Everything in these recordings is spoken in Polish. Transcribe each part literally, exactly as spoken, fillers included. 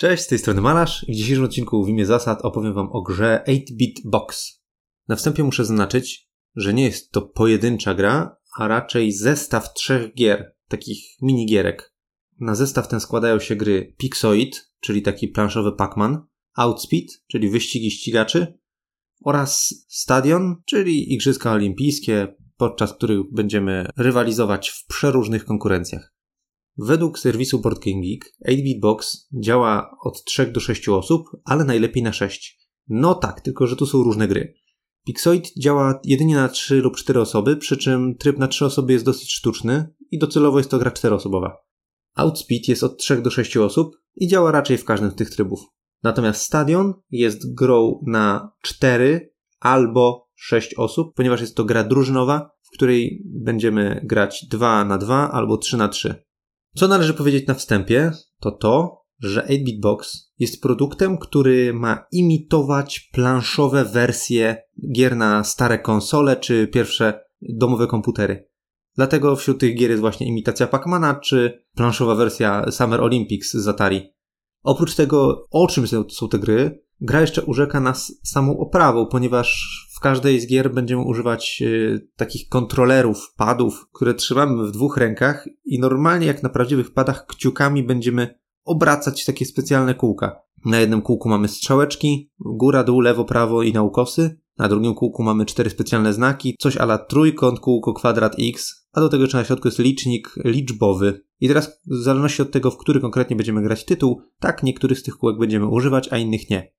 Cześć, z tej strony Malarz i w dzisiejszym odcinku w imię zasad opowiem wam o grze osiem bit Box. Na wstępie muszę zaznaczyć, że nie jest to pojedyncza gra, a raczej zestaw trzech gier, takich minigierek. Na zestaw ten składają się gry Pixoid, czyli taki planszowy Pac-Man, Outspeed, czyli wyścigi ścigaczy oraz Stadion, czyli igrzyska olimpijskie, podczas których będziemy rywalizować w przeróżnych konkurencjach. Według serwisu Board Game Geek osiem bit Box działa od trzech do sześciu osób, ale najlepiej na sześć. No tak, tylko że tu są różne gry. Pixoid działa jedynie na trzy lub cztery osoby, przy czym tryb na trzy osoby jest dosyć sztuczny i docelowo jest to gra czteroosobowa. Outspeed jest od trzech do sześciu osób i działa raczej w każdym z tych trybów. Natomiast Stadion jest grą na cztery albo sześć osób, ponieważ jest to gra drużynowa, w której będziemy grać dwa na dwa albo trzy na trzy. Co należy powiedzieć na wstępie, to to, że osiem bit Box jest produktem, który ma imitować planszowe wersje gier na stare konsole czy pierwsze domowe komputery. Dlatego wśród tych gier jest właśnie imitacja Pac-Mana czy planszowa wersja Summer Olympics z Atari. Oprócz tego, o czym są te gry, gra jeszcze urzeka nas samą oprawą, ponieważ w każdej z gier będziemy używać y, takich kontrolerów, padów, które trzymamy w dwóch rękach i normalnie jak na prawdziwych padach kciukami będziemy obracać takie specjalne kółka. Na jednym kółku mamy strzałeczki, góra, dół, lewo, prawo i na ukosy. Na drugim kółku mamy cztery specjalne znaki, coś a la trójkąt, kółko, kwadrat, x, a do tego jeszcze na środku jest licznik liczbowy. I teraz w zależności od tego, w który konkretnie będziemy grać tytuł, tak niektórych z tych kółek będziemy używać, a innych nie.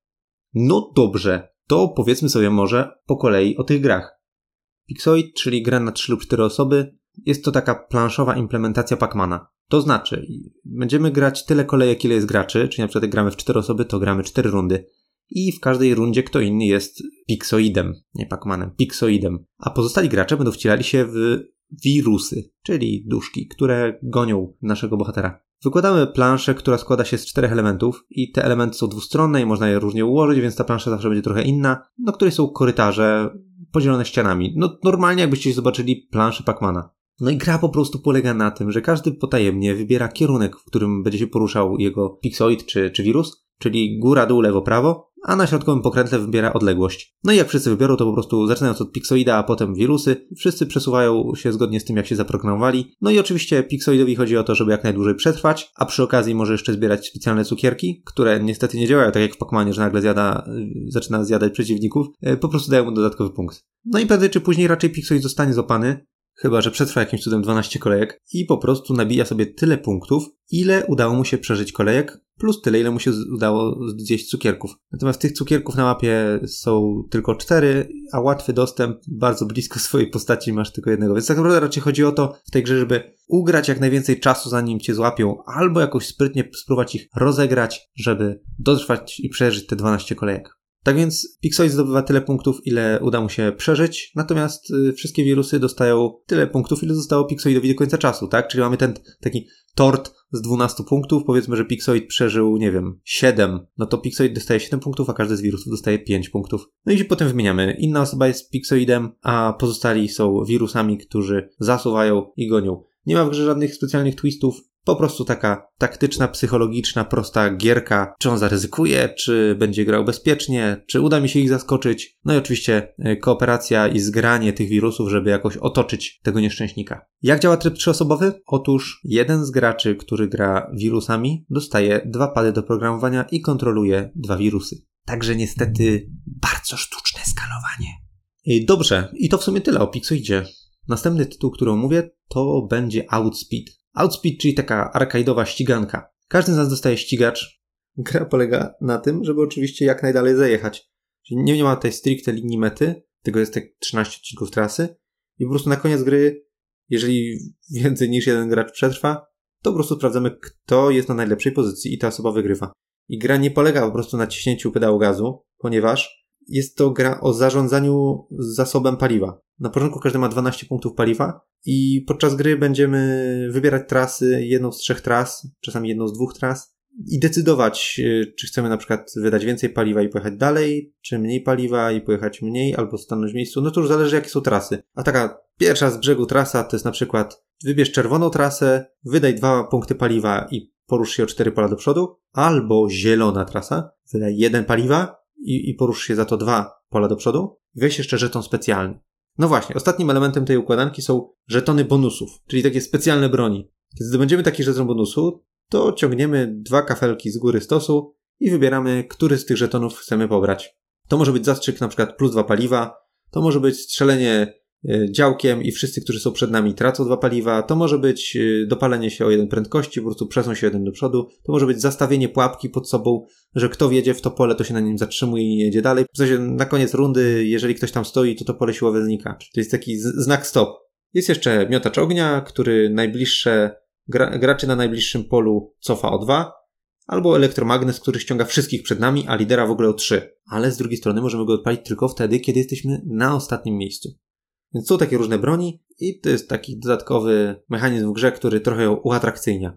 No dobrze, to powiedzmy sobie może po kolei o tych grach. Pixoid, czyli gra na trzy lub cztery osoby, jest to taka planszowa implementacja Pac-Mana. To znaczy, będziemy grać tyle kolejek, ile jest graczy, czyli na przykład jak gramy w cztery osoby, to gramy cztery rundy. I w każdej rundzie kto inny jest Pixoidem, nie Pac-Manem, Pixoidem. A pozostali gracze będą wcielali się w wirusy, czyli duszki, które gonią naszego bohatera. Wykładamy planszę, która składa się z czterech elementów i te elementy są dwustronne i można je różnie ułożyć, więc ta plansza zawsze będzie trochę inna, na której są korytarze podzielone ścianami. No normalnie jakbyście zobaczyli planszę Pac-Mana. No i gra po prostu polega na tym, że każdy potajemnie wybiera kierunek, w którym będzie się poruszał jego Pixoid czy, czy wirus, czyli góra, dół, lewo, prawo, a na środkowym pokrętle wybiera odległość. No i jak wszyscy wybiorą, to po prostu zaczynając od Pixoida, a potem wirusy, wszyscy przesuwają się zgodnie z tym, jak się zaprogramowali. No i oczywiście Pixoidowi chodzi o to, żeby jak najdłużej przetrwać, a przy okazji może jeszcze zbierać specjalne cukierki, które niestety nie działają tak jak w Pac-Manie, że nagle zjada, zaczyna zjadać przeciwników, po prostu dają mu dodatkowy punkt. No i prędzej czy później raczej Pixoid zostanie złapany, chyba że przetrwa jakimś cudem dwanaście kolejek i po prostu nabija sobie tyle punktów, ile udało mu się przeżyć kolejek, plus tyle, ile mu się udało zjeść cukierków. Natomiast tych cukierków na mapie są tylko cztery, a łatwy dostęp bardzo blisko swojej postaci masz tylko jednego. Więc tak naprawdę raczej chodzi o to w tej grze, żeby ugrać jak najwięcej czasu, zanim cię złapią, albo jakoś sprytnie spróbować ich rozegrać, żeby dotrwać i przeżyć te dwanaście kolejek. Tak więc Pixoid zdobywa tyle punktów, ile uda mu się przeżyć, natomiast y, wszystkie wirusy dostają tyle punktów, ile zostało Pixoidowi do końca czasu, tak? Czyli mamy ten taki tort z dwunastu punktów, powiedzmy, że Pixoid przeżył, nie wiem, siedem, no to Pixoid dostaje siedem punktów, a każdy z wirusów dostaje pięć punktów. No i się potem wymieniamy. Inna osoba jest Pixoidem, a pozostali są wirusami, którzy zasuwają i gonią. Nie ma w grze żadnych specjalnych twistów. Po prostu taka taktyczna, psychologiczna, prosta gierka. Czy on zaryzykuje, czy będzie grał bezpiecznie, czy uda mi się ich zaskoczyć. No i oczywiście kooperacja i zgranie tych wirusów, żeby jakoś otoczyć tego nieszczęśnika. Jak działa tryb trzyosobowy? Otóż jeden z graczy, który gra wirusami, dostaje dwa pady do programowania i kontroluje dwa wirusy. Także niestety bardzo sztuczne skalowanie. Dobrze, i to w sumie tyle o Pixoidzie. Następny tytuł, który omówię, to będzie Outspeed. Outspeed, czyli taka arcade'owa ściganka. Każdy z nas dostaje ścigacz. Gra polega na tym, żeby oczywiście jak najdalej zajechać. Czyli nie, nie ma tej stricte linii mety, tylko jest tak trzynaście odcinków trasy i po prostu na koniec gry, jeżeli więcej niż jeden gracz przetrwa, to po prostu sprawdzamy, kto jest na najlepszej pozycji i ta osoba wygrywa. I gra nie polega po prostu na ciśnięciu pedału gazu, ponieważ jest to gra o zarządzaniu zasobem paliwa. Na początku każdy ma dwanaście punktów paliwa i podczas gry będziemy wybierać trasy, jedną z trzech tras, czasami jedną z dwóch tras i decydować, czy chcemy na przykład wydać więcej paliwa i pojechać dalej, czy mniej paliwa i pojechać mniej, albo stanąć w miejscu. No to już zależy, jakie są trasy. A taka pierwsza z brzegu trasa to jest na przykład wybierz czerwoną trasę, wydaj dwa punkty paliwa i porusz się o cztery pola do przodu, albo zielona trasa, wydaj jeden paliwa i, i porusz się za to dwa pola do przodu. Weź jeszcze żeton specjalny. No właśnie, ostatnim elementem tej układanki są żetony bonusów, czyli takie specjalne broni. Kiedy zdobędziemy taki żeton bonusu, to ciągniemy dwa kafelki z góry stosu i wybieramy, który z tych żetonów chcemy pobrać. To może być zastrzyk na przykład plus dwa paliwa, to może być strzelenie działkiem i wszyscy, którzy są przed nami, tracą dwa paliwa, to może być dopalenie się o jeden prędkości, po prostu przesuń się jeden do przodu, to może być zastawienie pułapki pod sobą, że kto wjedzie w to pole, to się na nim zatrzymuje i jedzie dalej. W sensie na koniec rundy, jeżeli ktoś tam stoi, to to pole siłowe znika. To jest taki z- znak stop. Jest jeszcze miotacz ognia, który najbliższe gra- graczy na najbliższym polu cofa o dwa, albo elektromagnes, który ściąga wszystkich przed nami, a lidera w ogóle o trzy. Ale z drugiej strony możemy go odpalić tylko wtedy, kiedy jesteśmy na ostatnim miejscu. Więc są takie różne broni i to jest taki dodatkowy mechanizm w grze, który trochę ją uatrakcyjnia.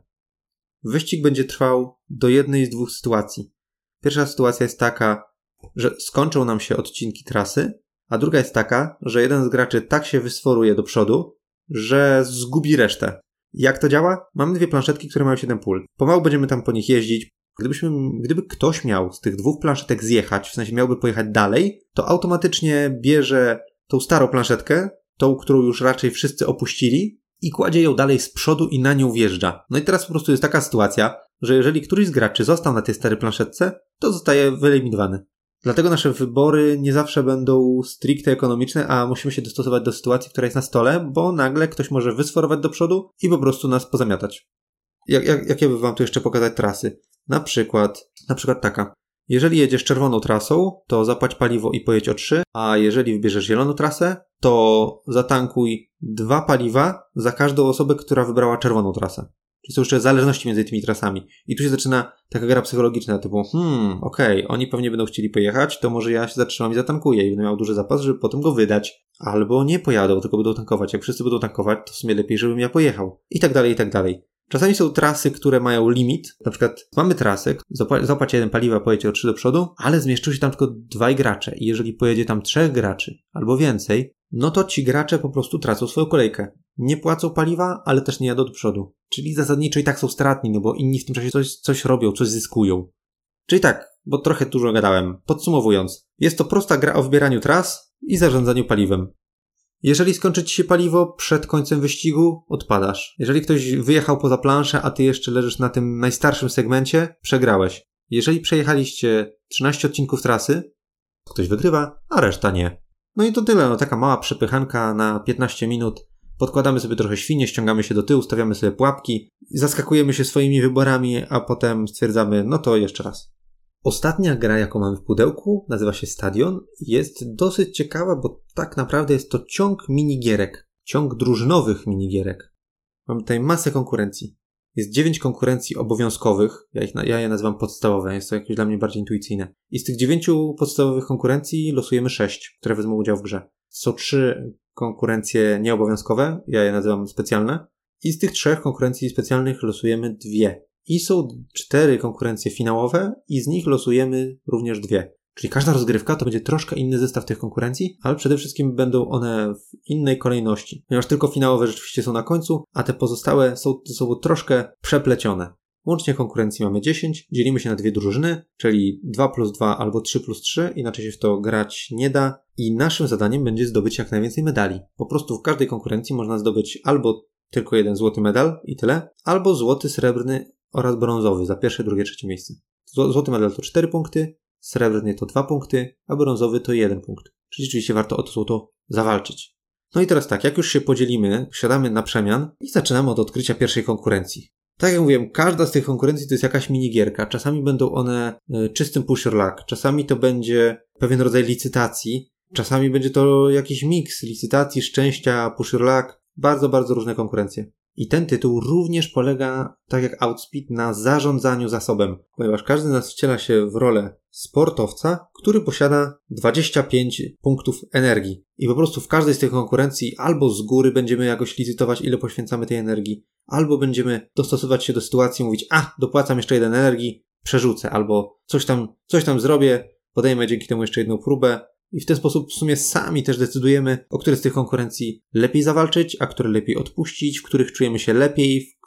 Wyścig będzie trwał do jednej z dwóch sytuacji. Pierwsza sytuacja jest taka, że skończą nam się odcinki trasy, a druga jest taka, że jeden z graczy tak się wysforuje do przodu, że zgubi resztę. Jak to działa? Mamy dwie planszetki, które mają siedem pól. Pomału będziemy tam po nich jeździć. Gdybyśmy, gdyby ktoś miał z tych dwóch planszetek zjechać, w sensie miałby pojechać dalej, to automatycznie bierze tą starą planszetkę, tą, którą już raczej wszyscy opuścili i kładzie ją dalej z przodu i na nią wjeżdża. No i teraz po prostu jest taka sytuacja, że jeżeli któryś z graczy został na tej starej planszetce, to zostaje wyeliminowany. Dlatego nasze wybory nie zawsze będą stricte ekonomiczne, a musimy się dostosować do sytuacji, która jest na stole, bo nagle ktoś może wysforować do przodu i po prostu nas pozamiatać. Jak, jak, jakie by wam tu jeszcze pokazać trasy? Na przykład, na przykład taka. Jeżeli jedziesz czerwoną trasą, to zapłać paliwo i pojedź o trzy, a jeżeli wybierzesz zieloną trasę, to zatankuj dwa paliwa za każdą osobę, która wybrała czerwoną trasę. Czyli są jeszcze zależności między tymi trasami. I tu się zaczyna taka gra psychologiczna, typu hmm, okej, okay, oni pewnie będą chcieli pojechać, to może ja się zatrzymam i zatankuję i będę miał duży zapas, żeby potem go wydać. Albo nie pojadą, tylko będą tankować. Jak wszyscy będą tankować, to w sumie lepiej, żebym ja pojechał. I tak dalej, i tak dalej. Czasami są trasy, które mają limit. Na przykład mamy trasę, zapłać jeden paliwa, pojedzie o trzy do przodu, ale zmieszczą się tam tylko dwaj gracze. I jeżeli pojedzie tam trzech graczy albo więcej, no to ci gracze po prostu tracą swoją kolejkę. Nie płacą paliwa, ale też nie jadą do przodu. Czyli zasadniczo i tak są stratni, no bo inni w tym czasie coś, coś robią, coś zyskują. Czyli tak, bo trochę dużo gadałem. Podsumowując, jest to prosta gra o wybieraniu tras i zarządzaniu paliwem. Jeżeli skończy ci się paliwo przed końcem wyścigu, odpadasz. Jeżeli ktoś wyjechał poza planszę, a ty jeszcze leżysz na tym najstarszym segmencie, przegrałeś. Jeżeli przejechaliście trzynaście odcinków trasy, ktoś wygrywa, a reszta nie. No i to tyle, no taka mała przepychanka na piętnaście minut. Podkładamy sobie trochę świnie, ściągamy się do tyłu, stawiamy sobie pułapki, zaskakujemy się swoimi wyborami, a potem stwierdzamy, no to jeszcze raz. Ostatnia gra, jaką mamy w pudełku, nazywa się Stadion. Jest dosyć ciekawa, bo tak naprawdę jest to ciąg minigierek. Ciąg drużynowych minigierek. Mamy tutaj masę konkurencji. Jest dziewięć konkurencji obowiązkowych. Ja, ich, ja je nazywam podstawowe. Jest to jakoś dla mnie bardziej intuicyjne. I z tych dziewięciu podstawowych konkurencji losujemy sześć, które wezmą udział w grze. Są trzy konkurencje nieobowiązkowe. Ja je nazywam specjalne. I z tych trzech konkurencji specjalnych losujemy dwie. I są cztery konkurencje finałowe i z nich losujemy również dwie. Czyli każda rozgrywka to będzie troszkę inny zestaw tych konkurencji, ale przede wszystkim będą one w innej kolejności. Ponieważ tylko finałowe rzeczywiście są na końcu, a te pozostałe są ze sobą troszkę przeplecione. Łącznie konkurencji mamy dziesięć, dzielimy się na dwie drużyny, czyli dwa plus dwa albo trzy plus trzy, inaczej się w to grać nie da. I naszym zadaniem będzie zdobyć jak najwięcej medali. Po prostu w każdej konkurencji można zdobyć albo tylko jeden złoty medal i tyle, albo złoty, srebrny oraz brązowy za pierwsze, drugie, trzecie miejsce. Złoty medal to cztery punkty, srebrny to dwa punkty, a brązowy to jeden punkt. Czyli rzeczywiście warto o to złoto zawalczyć. No i teraz tak, jak już się podzielimy, siadamy na przemian i zaczynamy od odkrycia pierwszej konkurencji. Tak jak mówiłem, każda z tych konkurencji to jest jakaś minigierka. Czasami będą one y, czystym push your luck, czasami to będzie pewien rodzaj licytacji, czasami będzie to jakiś miks licytacji, szczęścia, push your luck. Bardzo, bardzo różne konkurencje. I ten tytuł również polega, tak jak Outspeed, na zarządzaniu zasobem, ponieważ każdy z nas wciela się w rolę sportowca, który posiada dwadzieścia pięć punktów energii. I po prostu w każdej z tych konkurencji albo z góry będziemy jakoś licytować, ile poświęcamy tej energii, albo będziemy dostosować się do sytuacji, mówić, a, dopłacam jeszcze jeden energii, przerzucę, albo coś tam, coś tam zrobię, podejmę dzięki temu jeszcze jedną próbę. I w ten sposób w sumie sami też decydujemy, o które z tych konkurencji lepiej zawalczyć, a które lepiej odpuścić, w których czujemy się lepiej,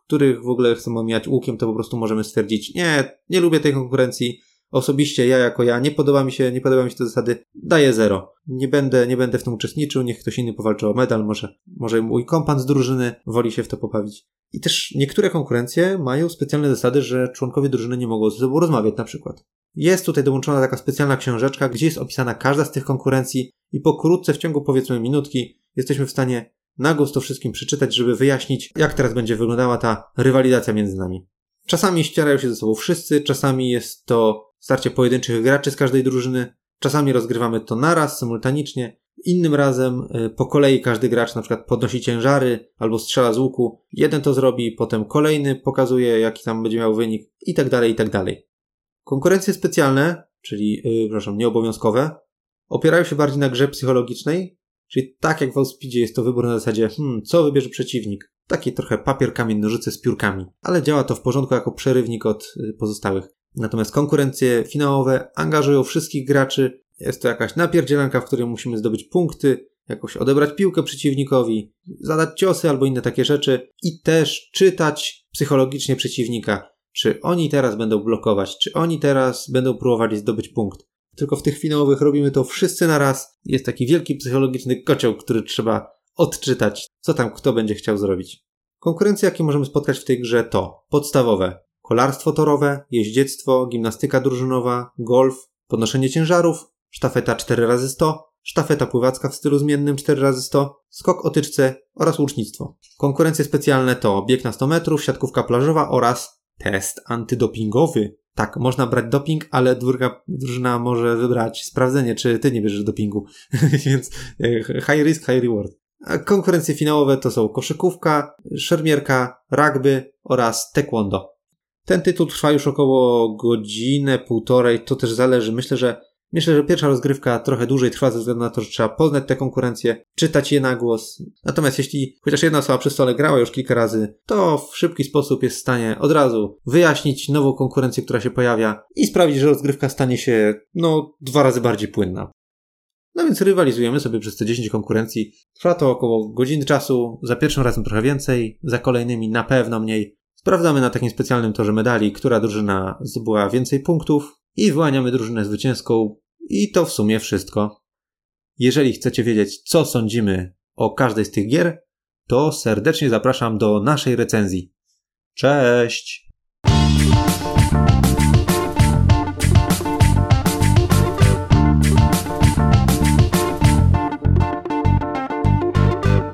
których w ogóle chcemy omijać łukiem, to po prostu możemy stwierdzić, nie, nie lubię tej konkurencji, osobiście ja jako ja, nie podoba mi się, nie podoba mi się te zasady, daję zero. Nie będę, nie będę w tym uczestniczył, niech ktoś inny powalczy o medal, może, może mój kompan z drużyny woli się w to pobawić. I też niektóre konkurencje mają specjalne zasady, że członkowie drużyny nie mogą ze sobą rozmawiać na przykład. Jest tutaj dołączona taka specjalna książeczka, gdzie jest opisana każda z tych konkurencji i pokrótce w ciągu powiedzmy minutki jesteśmy w stanie na głos to wszystkim przeczytać, żeby wyjaśnić, jak teraz będzie wyglądała ta rywalizacja między nami. Czasami ścierają się ze sobą wszyscy, czasami jest to starcie pojedynczych graczy z każdej drużyny, czasami rozgrywamy to naraz, symultanicznie, innym razem po kolei każdy gracz na przykład podnosi ciężary albo strzela z łuku, jeden to zrobi, potem kolejny pokazuje, jaki tam będzie miał wynik i tak dalej, i tak dalej. Konkurencje specjalne, czyli, yy, przepraszam, nieobowiązkowe, opierają się bardziej na grze psychologicznej, czyli tak jak w Outspeedzie jest to wybór na zasadzie, hmm, co wybierze przeciwnik? Taki trochę papier, kamień, nożyce z piórkami. Ale działa to w porządku jako przerywnik od y, pozostałych. Natomiast konkurencje finałowe angażują wszystkich graczy. Jest to jakaś napierdzielanka, w której musimy zdobyć punkty, jakoś odebrać piłkę przeciwnikowi, zadać ciosy albo inne takie rzeczy i też czytać psychologicznie przeciwnika. Czy oni teraz będą blokować, czy oni teraz będą próbowali zdobyć punkt. Tylko w tych finałowych robimy to wszyscy na raz. Jest taki wielki psychologiczny kocioł, który trzeba odczytać, co tam kto będzie chciał zrobić. Konkurencje, jakie możemy spotkać w tej grze to podstawowe: kolarstwo torowe, jeździectwo, gimnastyka drużynowa, golf, podnoszenie ciężarów, sztafeta cztery razy sto, sztafeta pływacka w stylu zmiennym cztery razy sto, skok o tyczce oraz łucznictwo. Konkurencje specjalne to bieg na sto metrów, siatkówka plażowa oraz test antydopingowy. Tak, można brać doping, ale druga drużyna może wybrać sprawdzenie, czy ty nie bierzesz dopingu. Więc high risk, high reward. A konkurencje finałowe to są koszykówka, szermierka, rugby oraz taekwondo. Ten tytuł trwa już około godzinę, półtorej, to też zależy. Myślę, że Myślę, że pierwsza rozgrywka trochę dłużej trwa ze względu na to, że trzeba poznać te konkurencje, czytać je na głos. Natomiast jeśli chociaż jedna osoba przy stole grała już kilka razy, to w szybki sposób jest w stanie od razu wyjaśnić nową konkurencję, która się pojawia i sprawić, że rozgrywka stanie się, no, dwa razy bardziej płynna. No więc rywalizujemy sobie przez te dziesięć konkurencji. Trwa to około godziny czasu, za pierwszym razem trochę więcej, za kolejnymi na pewno mniej. Sprawdzamy na takim specjalnym torze medali, która drużyna zdobyła więcej punktów i wyłaniamy drużynę zwycięską. I to w sumie wszystko. Jeżeli chcecie wiedzieć, co sądzimy o każdej z tych gier, to serdecznie zapraszam do naszej recenzji. Cześć!